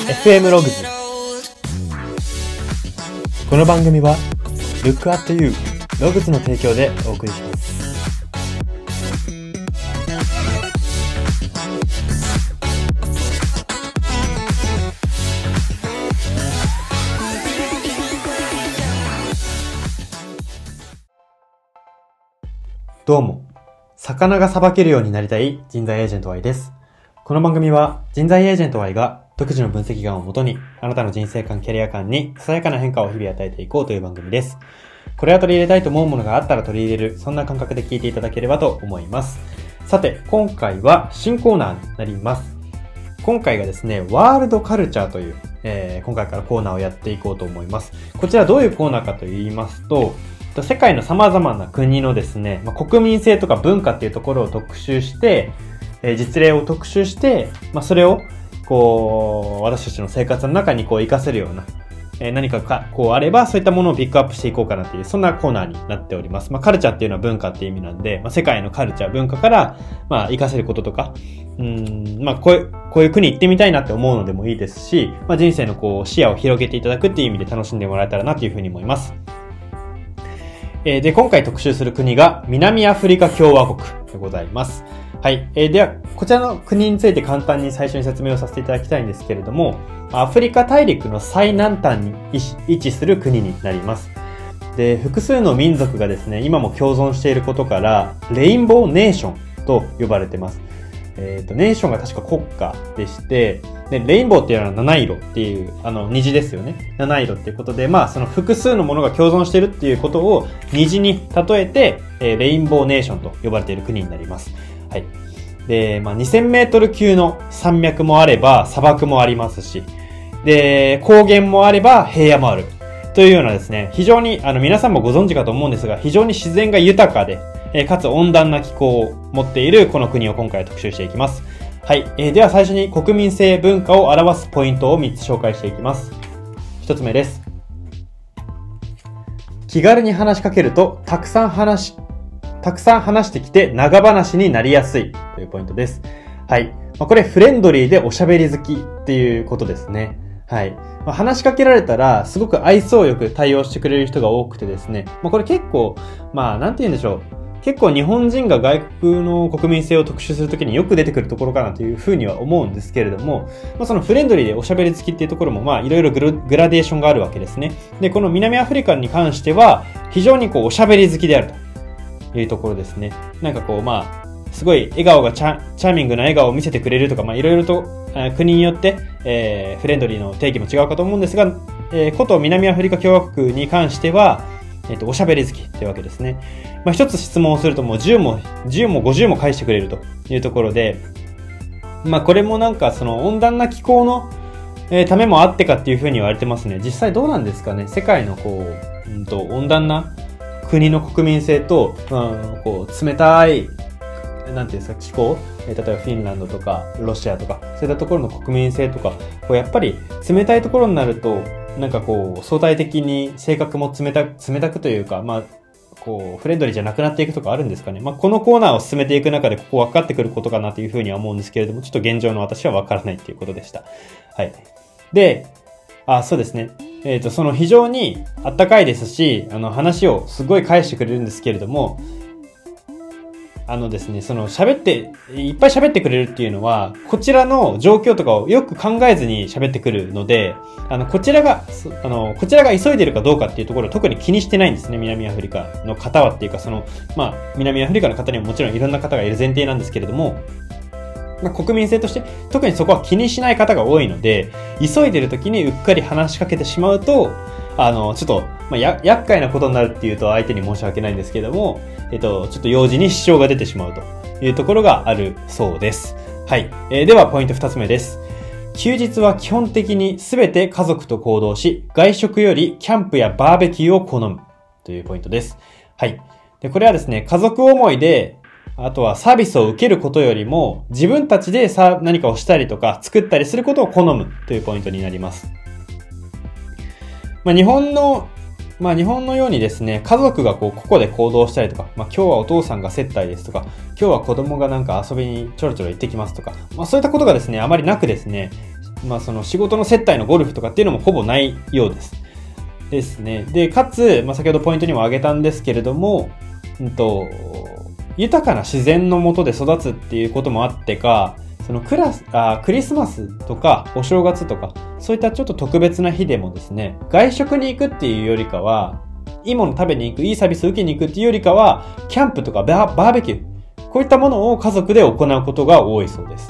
FM ログズ。この番組は Look at You ログズの提供でお送りします。どうも、魚がさばけるようになりたい人材エージェント Y です。この番組は人材エージェント Y が独自の分析眼をもとにあなたの人生観、キャリア観にささやかな変化を日々与えていこうという番組です。これは取り入れたいと思うものがあったら取り入れる、そんな感覚で聞いていただければと思います。さて、今回は新コーナーになります。今回がですね、ワールドカルチャーという、今回からコーナーをやっていこうと思います。こちらどういうコーナーかと言いますと、世界の様々な国のですね、国民性とか文化っていうところを特集して、実例を特集して、それを私たちの生活の中に活かせるような、何かあればそういったものをピックアップしていこうかなという、そんなコーナーになっております。カルチャーっていうのは文化っていう意味なんで、世界のカルチャー、文化から活かせることとか、こういう国行ってみたいなって思うのでもいいですし、人生の視野を広げていただくっていう意味で楽しんでもらえたらなというふうに思います。で、今回特集する国が南アフリカ共和国でございます。はい。では、こちらの国について簡単に最初に説明をさせていただきたいんですけれども、アフリカ大陸の最南端に位置する国になります。で、複数の民族がですね、今も共存していることから、レインボーネーションと呼ばれています。ネーションが確か国家でして、で、レインボーっていうのは七色っていう、虹ですよね。七色っていうことで、その複数のものが共存しているっていうことを虹に例えて、レインボーネーションと呼ばれている国になります。はい。で、2000メートル級の山脈もあれば砂漠もありますし、で、高原もあれば平野もある。というようなですね、非常に、皆さんもご存知かと思うんですが、非常に自然が豊かで、かつ温暖な気候を持っているこの国を今回特集していきます。はい。では最初に国民性文化を表すポイントを3つ紹介していきます。1つ目です。気軽に話しかけるとたくさん話してきて長話になりやすいというポイントです。はい。これフレンドリーでおしゃべり好きっていうことですね。はい。話しかけられたらすごく愛想よく対応してくれる人が多くてですね。これ結構、なんて言うんでしょう。結構日本人が外国の国民性を特集するときによく出てくるところかなというふうには思うんですけれども、そのフレンドリーでおしゃべり好きっていうところもいろいろグラデーションがあるわけですね。で、この南アフリカに関しては非常におしゃべり好きであるというところですね。すごい笑顔がチャーミングな笑顔を見せてくれるとか、いろいろと国によって、フレンドリーの定義も違うかと思うんですが、こと南アフリカ共和国に関しては、おしゃべり好きってわけですね。一つ質問をするともう10も50も返してくれるというところで、これもその温暖な気候の、ためもあってかっていうふうに言われてますね。実際どうなんですかね。世界の温暖な国の国民性と、冷たい、なんていうんですか、気候、例えばフィンランドとかロシアとか、そういったところの国民性とか、やっぱり冷たいところになると、相対的に性格も冷たくというか、フレンドリーじゃなくなっていくとかあるんですかね。このコーナーを進めていく中でここ分かってくることかなというふうには思うんですけれども、ちょっと現状の私は分からないということでした。はい。で、そうですね。その非常にあったかいですし、話をすごい返してくれるんですけれども、ですね、いっぱい喋ってくれるっていうのは、こちらの状況とかをよく考えずに喋ってくるので、こちらが急いでるかどうかっていうところを特に気にしてないんですね、南アフリカの方はっていうか、南アフリカの方にももちろんいろんな方がいる前提なんですけれども、国民性として特にそこは気にしない方が多いので、急いでる時にうっかり話しかけてしまうと、ちょっと、厄介なことになるっていうと相手に申し訳ないんですけども、ちょっと用事に支障が出てしまうというところがあるそうです。はい。では、ポイント2つ目です。休日は基本的にすべて家族と行動し、外食よりキャンプやバーベキューを好むというポイントです。はい。で、これはですね、家族思いで、あとはサービスを受けることよりも、自分たちで何かをしたりとか作ったりすることを好むというポイントになります。日本のようにですね、家族が個々で行動したりとか、今日はお父さんが接待ですとか、今日は子供が遊びにちょろちょろ行ってきますとか、そういったことがですね、あまりなくですね、 その仕事の接待のゴルフとかっていうのもほぼないようですね。で、かつ、先ほどポイントにも挙げたんですけれども、豊かな自然の下で育つっていうこともあってか、そのクリスマスとかお正月とか、そういったちょっと特別な日でもですね、外食に行くっていうよりかは、いいもの食べに行く、いいサービスを受けに行くっていうよりかは、キャンプとかバーベキュー、こういったものを家族で行うことが多いそうです。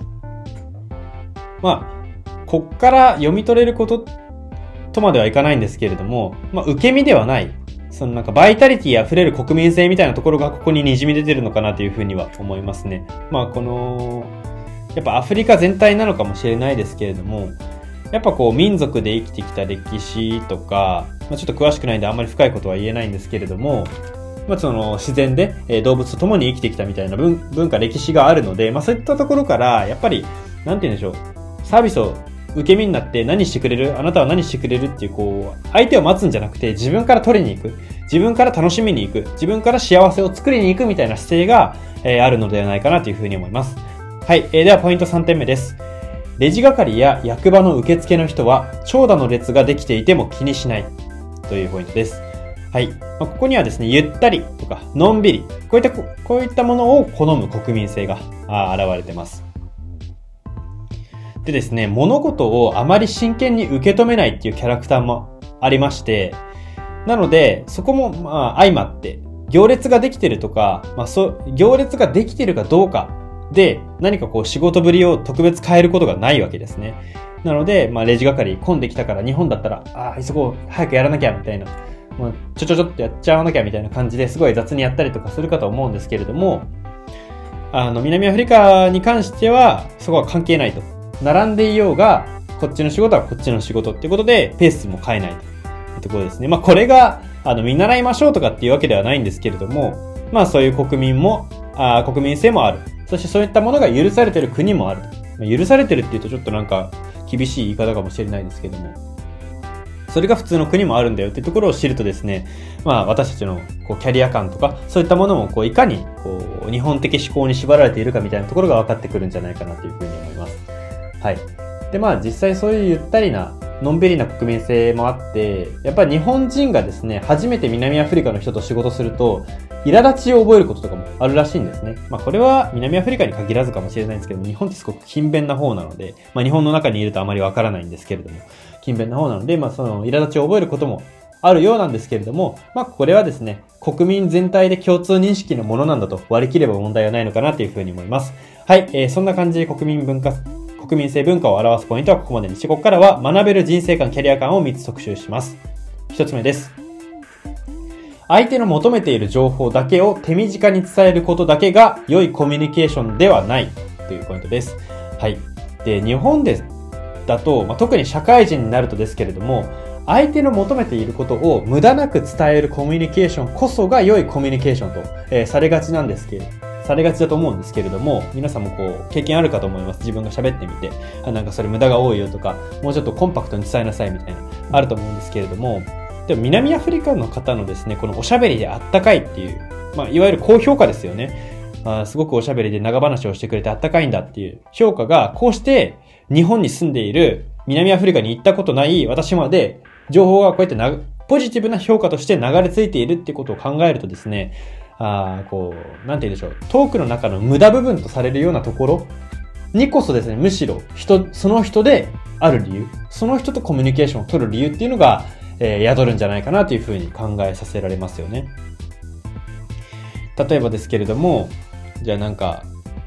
こっから読み取れることとまではいかないんですけれども、受け身ではない、そのバイタリティ溢れる国民性みたいなところがここに滲み出てるのかなというふうには思いますね。やっぱアフリカ全体なのかもしれないですけれども、やっぱ民族で生きてきた歴史とか、ちょっと詳しくないんであんまり深いことは言えないんですけれども、その自然で動物と共に生きてきたみたいな文化歴史があるので、そういったところからやっぱりなんて言うんでしょう、サービスを受け身になって何してくれる、あなたは何してくれるっていう相手を待つんじゃなくて自分から取りに行く、自分から楽しみに行く、自分から幸せを作りに行くみたいな姿勢があるのではないかなというふうに思います。はい、ではポイント3点目です。レジ係や役場の受付の人は長蛇の列ができていても気にしないというポイントです。はい、ここにはですね、ゆったりとかのんびり、こういったものを好む国民性が現れてます。でですね、物事をあまり真剣に受け止めないっていうキャラクターもありまして、なのでそこも相まって行列ができてるとか、行列ができてるかどうかで何か仕事ぶりを特別変えることがないわけですね。なので、レジ係混んできたから、日本だったらそこ早くやらなきゃみたいな、ちょっとやっちゃわなきゃみたいな感じですごい雑にやったりとかするかと思うんですけれども、南アフリカに関してはそこは関係ないと。並んでいようがこっちの仕事はこっちの仕事っていうことでペースも変えないというところですね。これが見習いましょうとかっていうわけではないんですけれども、そういう国民性もある。そしてそういったものが許されている国もある。許されてるっていうとちょっと厳しい言い方かもしれないですけども、それが普通の国もあるんだよっていうところを知るとですね、私たちのキャリア感とかそういったものもいかに日本的思考に縛られているかみたいなところが分かってくるんじゃないかなというふうに思います。はい。で実際そういうゆったりなのんびりな国民性もあって、やっぱり日本人がですね、初めて南アフリカの人と仕事すると苛立ちを覚えることとかもあるらしいんですね。これは南アフリカに限らずかもしれないんですけど、日本ってすごく勤勉な方なので、日本の中にいるとあまりわからないんですけれども、勤勉な方なので、その苛立ちを覚えることもあるようなんですけれども、これはですね、国民全体で共通認識のものなんだと割り切れば問題はないのかなというふうに思います。はい、そんな感じで国民性文化を表すポイントはここまでにして、ここからは学べる人生観、キャリア観を3つ特集します。1つ目です。相手の求めている情報だけを手短に伝えることだけが良いコミュニケーションではないというポイントです。はい。で、日本だと、特に社会人になるとですけれども、相手の求めていることを無駄なく伝えるコミュニケーションこそが良いコミュニケーションと、されがちだと思うんですけれども、皆さんも経験あるかと思います。自分が喋ってみて、それ無駄が多いよとか、もうちょっとコンパクトに伝えなさいみたいな、あると思うんですけれども、でも南アフリカの方のですね、このおしゃべりであったかいっていう、いわゆる高評価ですよね。すごくおしゃべりで長話をしてくれてあったかいんだっていう評価が、こうして日本に住んでいる南アフリカに行ったことない私まで、情報がこうやってポジティブな評価として流れ着いているってことを考えるとですね、なんて言うんでしょう、トークの中の無駄部分とされるようなところにこそですね、むしろその人である理由、その人とコミュニケーションを取る理由っていうのが、宿るんじゃないかなというふうに考えさせられますよね。例えばですけれども、じゃあ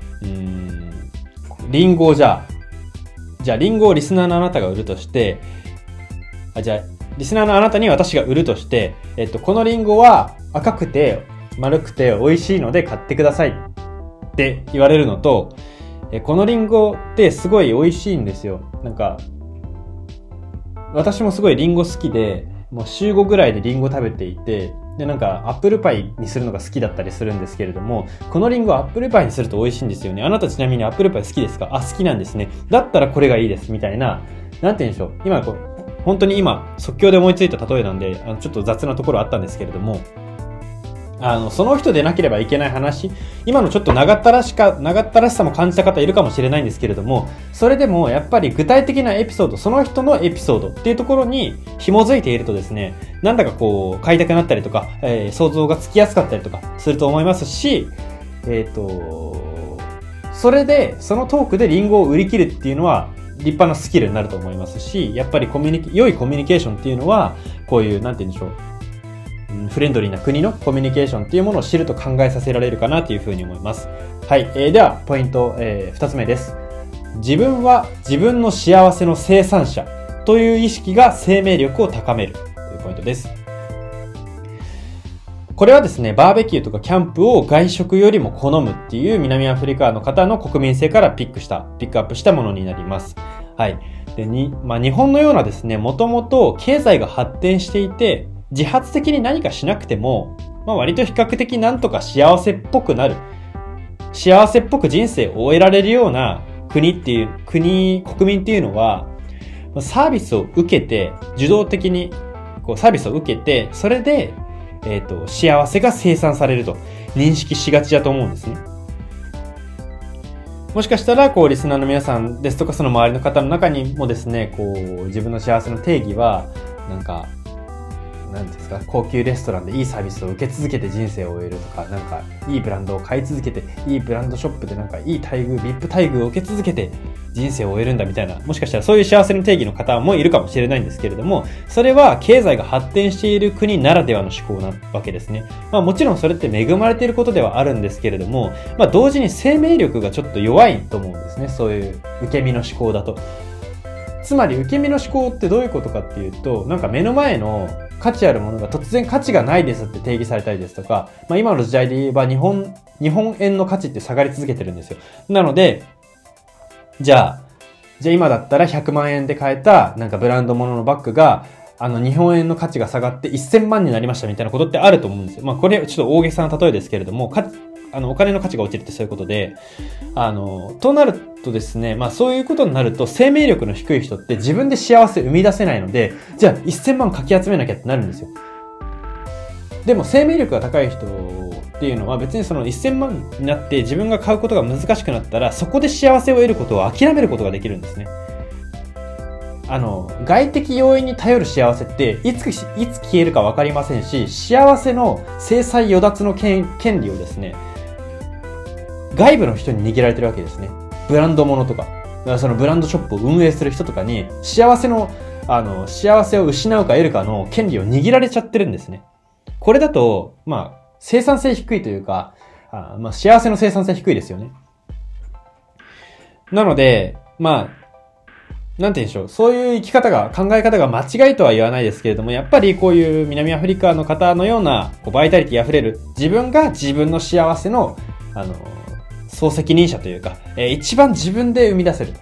リンゴをじゃあリンゴをリスナーのあなたが売るとして、リスナーのあなたに私が売るとして、このリンゴは赤くて丸くて美味しいので買ってくださいって言われるのと、このリンゴってすごい美味しいんですよ。私もすごいリンゴ好きで、もう週5ぐらいでリンゴ食べていて、でアップルパイにするのが好きだったりするんですけれども、このリンゴをアップルパイにすると美味しいんですよね。あなたちなみにアップルパイ好きですか？好きなんですね。だったらこれがいいですみたいな、なんて言うんでしょう。本当に今即興で思いついた例えなんで、ちょっと雑なところあったんですけれども、 その人でなければいけない話、今のちょっと長ったらしさも感じた方いるかもしれないんですけれども、それでもやっぱり具体的なエピソード、その人のエピソードっていうところに紐づいているとですね、なんだかこう買いたくなったりとか、想像がつきやすかったりとかすると思いますし、それでそのトークでリンゴを売り切るっていうのは立派なスキルになると思いますし、やっぱり良いコミュニケーションっていうのはこういうなんて言うんでしょう、フレンドリーな国のコミュニケーションっていうものを知ると考えさせられるかなというふうに思います。はい、ではポイント、2つ目です。自分は自分の幸せの生産者という意識が生命力を高めるというポイントです。これはですね、バーベキューとかキャンプを外食よりも好むっていう南アフリカの方の国民性からピックアップしたものになります。はい。で、日本のようなですね、もともと経済が発展していて、自発的に何かしなくても、割と比較的なんとか幸せっぽく人生を終えられるような国民っていうのは、サービスを受けて、受動的にサービスを受けて、それで、幸せが生産されると認識しがちだと思うんですね。もしかしたら、リスナーの皆さんですとか、その周りの方の中にもですね、自分の幸せの定義は、なんですか、高級レストランでいいサービスを受け続けて人生を終えるとか、いいブランドを買い続けて、いいブランドショップでいい待遇、VIP 待遇を受け続けて人生を終えるんだみたいな、もしかしたらそういう幸せの定義の方もいるかもしれないんですけれども、それは経済が発展している国ならではの思考なわけですね。もちろんそれって恵まれていることではあるんですけれども、同時に生命力がちょっと弱いと思うんですね。そういう受け身の思考だと。つまり受け身の思考ってどういうことかっていうと、目の前の価値あるものが突然価値がないですって定義されたりですとか、今の時代で言えば日本円の価値って下がり続けてるんですよ。なので、じゃあ今だったら100万円で買えたブランド物のバッグが日本円の価値が下がって1000万になりましたみたいなことってあると思うんですよ。これちょっと大げさな例えですけれども、お金の価値が落ちるってそういうことで、となるとですね、そういうことになると生命力の低い人って自分で幸せを生み出せないので、じゃあ1000万かき集めなきゃってなるんですよ。でも生命力が高い人っていうのは別にその1000万になって自分が買うことが難しくなったら、そこで幸せを得ることを諦めることができるんですね。外的要因に頼る幸せっていつ消えるか分かりませんし、幸せの制裁与奪の権利をですね、外部の人に握られてるわけですね。ブランド物とか、そのブランドショップを運営する人とかに幸せを失うか得るかの権利を握られちゃってるんですね。これだと、生産性低いというか、幸せの生産性低いですよね。なので、なんて言うんでしょう。そういう考え方が間違いとは言わないですけれども、やっぱりこういう南アフリカの方のような、バイタリティ溢れる、自分が自分の幸せの、総責任者というか、一番自分で生み出せると。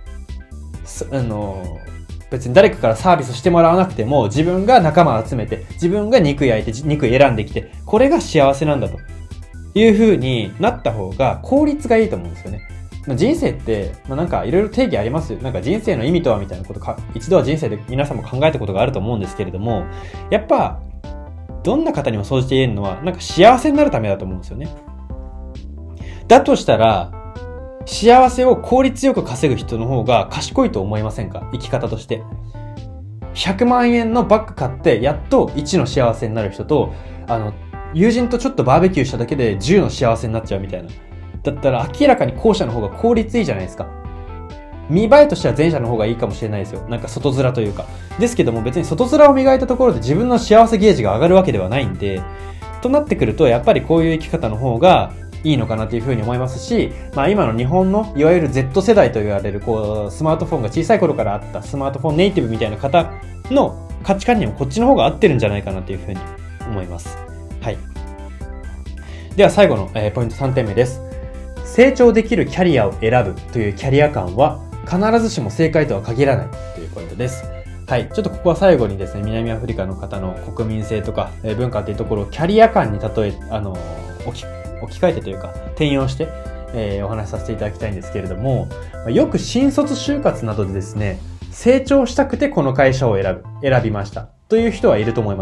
別に誰かからサービスしてもらわなくても、自分が仲間を集めて、自分が肉焼いて、肉選んできて、これが幸せなんだという風になった方が効率がいいと思うんですよね。人生って、いろいろ定義ありますよ。人生の意味とはみたいなことか、一度は人生で皆さんも考えたことがあると思うんですけれども、やっぱ、どんな方にも総じて言えるのは、幸せになるためだと思うんですよね。だとしたら、幸せを効率よく稼ぐ人の方が賢いと思いませんか？生き方として。100万円のバッグ買って、やっと1の幸せになる人と、友人とちょっとバーベキューしただけで10の幸せになっちゃうみたいな。だったら明らかに後者の方が効率いいじゃないですか。見栄えとしては前者の方がいいかもしれないですよ。外面というか。ですけども別に外面を磨いたところで自分の幸せゲージが上がるわけではないんで、となってくるとやっぱりこういう生き方の方がいいのかなというふうに思いますし、今の日本のいわゆる Z 世代と言われるスマートフォンが小さい頃からあったスマートフォンネイティブみたいな方の価値観にもこっちの方が合ってるんじゃないかなというふうに思います。はい。では最後の、ポイント3点目です。成長できるキャリアを選ぶというキャリア感は必ずしも正解とは限らないというポイントです。はい。ちょっとここは最後にですね、南アフリカの方の国民性とか、文化というところをキャリア感に例え、置き換えてというか、転用して、お話しさせていただきたいんですけれども、よく新卒就活などでですね、成長したくてこの会社を選びましたという人はいると思います。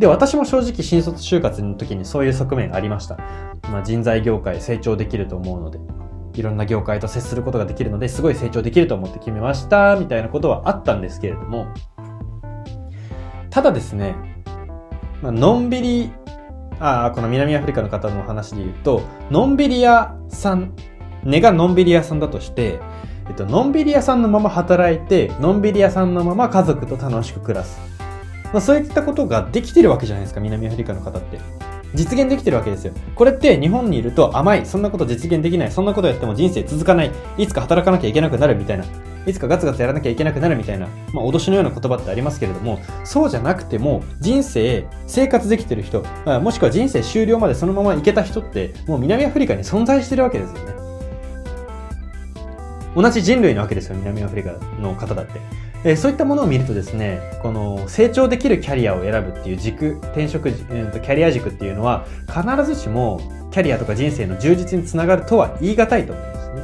で、私も正直新卒就活の時にそういう側面がありました。人材業界成長できると思うので、いろんな業界と接することができるので、すごい成長できると思って決めました、みたいなことはあったんですけれども、ただですね、のんびり、この南アフリカの方の話で言うと、のんびり屋さん、根がのんびり屋さんだとして、のんびり屋さんのまま働いて、のんびり屋さんのまま家族と楽しく暮らす。そういったことができてるわけじゃないですか、南アフリカの方って。実現できてるわけですよ。これって日本にいると甘い、そんなこと実現できない、そんなことやっても人生続かない、いつか働かなきゃいけなくなるみたいな、いつかガツガツやらなきゃいけなくなるみたいな、脅しのような言葉ってありますけれども、そうじゃなくても人生、生活できてる人、もしくは人生終了までそのままいけた人って、もう南アフリカに存在してるわけですよね。同じ人類なわけですよ、南アフリカの方だって。そういったものを見るとですね、この成長できるキャリアを選ぶっていう軸、転職、キャリア軸っていうのは必ずしもキャリアとか人生の充実につながるとは言い難いと思うんですね。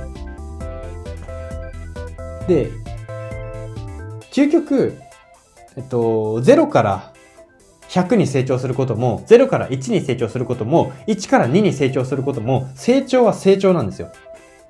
で、究極、0から100に成長することも、0から1に成長することも、1から2に成長することも、成長は成長なんですよ。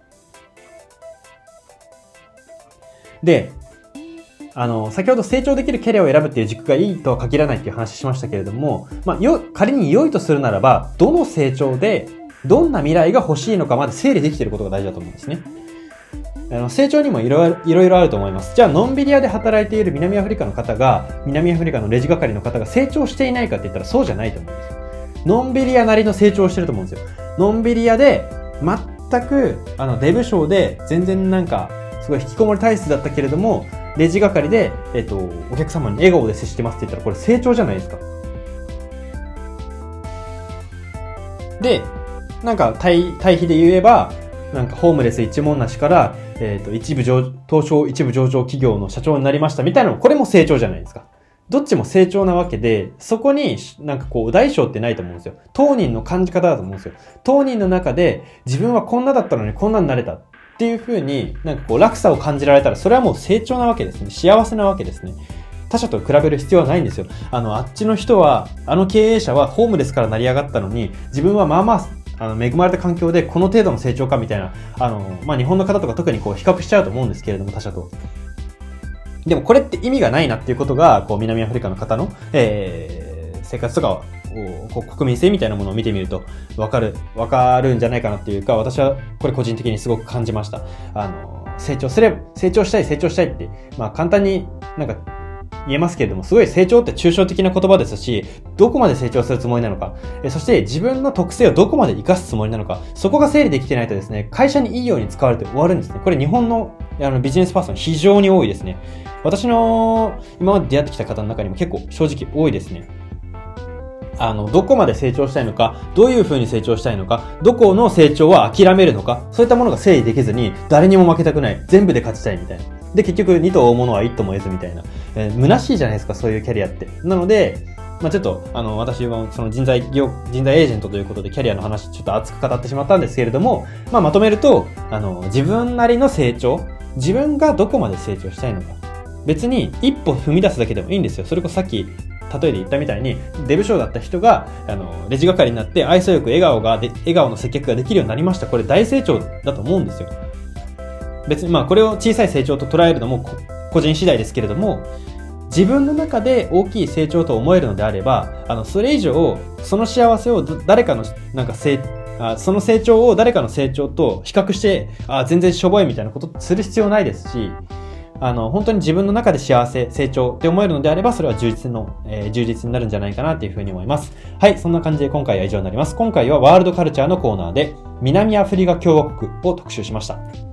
で、先ほど成長できるキャリアを選ぶっていう軸がいいとは限らないっていう話しましたけれども、仮に良いとするならば、どの成長で、どんな未来が欲しいのかまで整理できていることが大事だと思うんですね。成長にもいろいろあると思います。じゃあ、のんびり屋で働いている南アフリカの方が、南アフリカのレジ係の方が成長していないかって言ったらそうじゃないと思うんですよ。のんびり屋なりの成長をしてると思うんですよ。のんびり屋で、全く、デブ賞で、全然すごい引きこもり体質だったけれども、レジ係で、お客様に笑顔で接してますって言ったら、これ成長じゃないですか。で、対比で言えば、ホームレス一文なしから、東証一部上場企業の社長になりましたみたいなのも、これも成長じゃないですか。どっちも成長なわけで、そこに大小ってないと思うんですよ。当人の感じ方だと思うんですよ。当人の中で、自分はこんなだったのにこんなになれた。っていう風に落差を感じられたら、それはもう成長なわけですね。幸せなわけですね。他者と比べる必要はないんですよ。あっちの人は、経営者はホームレスから成り上がったのに、自分は恵まれた環境でこの程度の成長かみたいな、日本の方とか特に比較しちゃうと思うんですけれども、他者と。でもこれって意味がないなっていうことが、南アフリカの方の、生活とか国民性みたいなものを見てみるとわかるんじゃないかなっていうか、私はこれ個人的にすごく感じました。成長したいって、簡単に言えますけれども、すごい成長って抽象的な言葉ですし、どこまで成長するつもりなのか、そして自分の特性をどこまで活かすつもりなのか、そこが整理できてないとですね、会社にいいように使われて終わるんですね。これ日本のビジネスパーソン非常に多いですね。私の今まで出会ってきた方の中にも結構正直多いですね。どこまで成長したいのか、どういう風に成長したいのか、どこの成長は諦めるのか、そういったものが整理できずに、誰にも負けたくない、全部で勝ちたいみたいな。で、結局、二頭追うものは一頭も得ずみたいな。虚しいじゃないですか、そういうキャリアって。なので、ちょっと、私はその人材エージェントということでキャリアの話ちょっと熱く語ってしまったんですけれども、まとめると、自分なりの成長、自分がどこまで成長したいのか。別に一歩踏み出すだけでもいいんですよ。それこそさっき、例えで言ったみたいに、デブ賞だった人が、レジ係になって愛想よく笑顔の接客ができるようになりました。これ大成長だと思うんですよ。別にこれを小さい成長と捉えるのも個人次第ですけれども、自分の中で大きい成長と思えるのであれば、それ以上、その幸せを誰かの、その成長を誰かの成長と比較して、全然しょぼいみたいなことする必要ないですし、本当に自分の中で幸せ、成長って思えるのであれば、それは充実になるんじゃないかなっていうふうに思います。はい、そんな感じで今回は以上になります。今回はワールドカルチャーのコーナーで、南アフリカ共和国を特集しました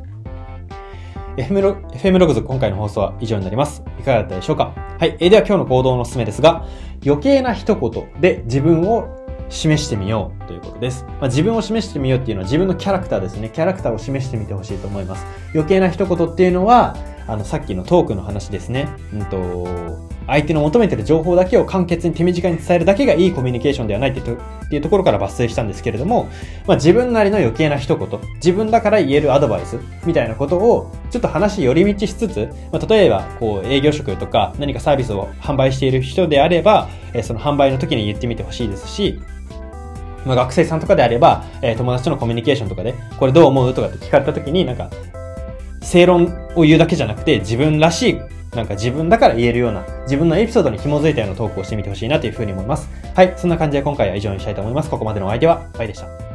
。FM ログズ今回の放送は以上になります。いかがだったでしょうか？はい、では今日の行動のおすすめですが、余計な一言で自分を示してみようということです。自分を示してみようっていうのは自分のキャラクターですね。キャラクターを示してみてほしいと思います。余計な一言っていうのは、 さっきのトークの話ですね。相手の求めてる情報だけを簡潔に手短に伝えるだけがいいコミュニケーションではないっていうところから抜粋したんですけれども、自分なりの余計な一言、自分だから言えるアドバイスみたいなことをちょっと話寄り道しつつ、例えば営業職とか何かサービスを販売している人であれば、その販売の時に言ってみてほしいですし、学生さんとかであれば、友達とのコミュニケーションとかでこれどう思うとかって聞かれた時に正論を言うだけじゃなくて自分らしい自分だから言えるような自分のエピソードに紐づいたようなトークをしてみてほしいなというふうに思います。はい、そんな感じで今回は以上にしたいと思います。ここまでのお相手はバイでした。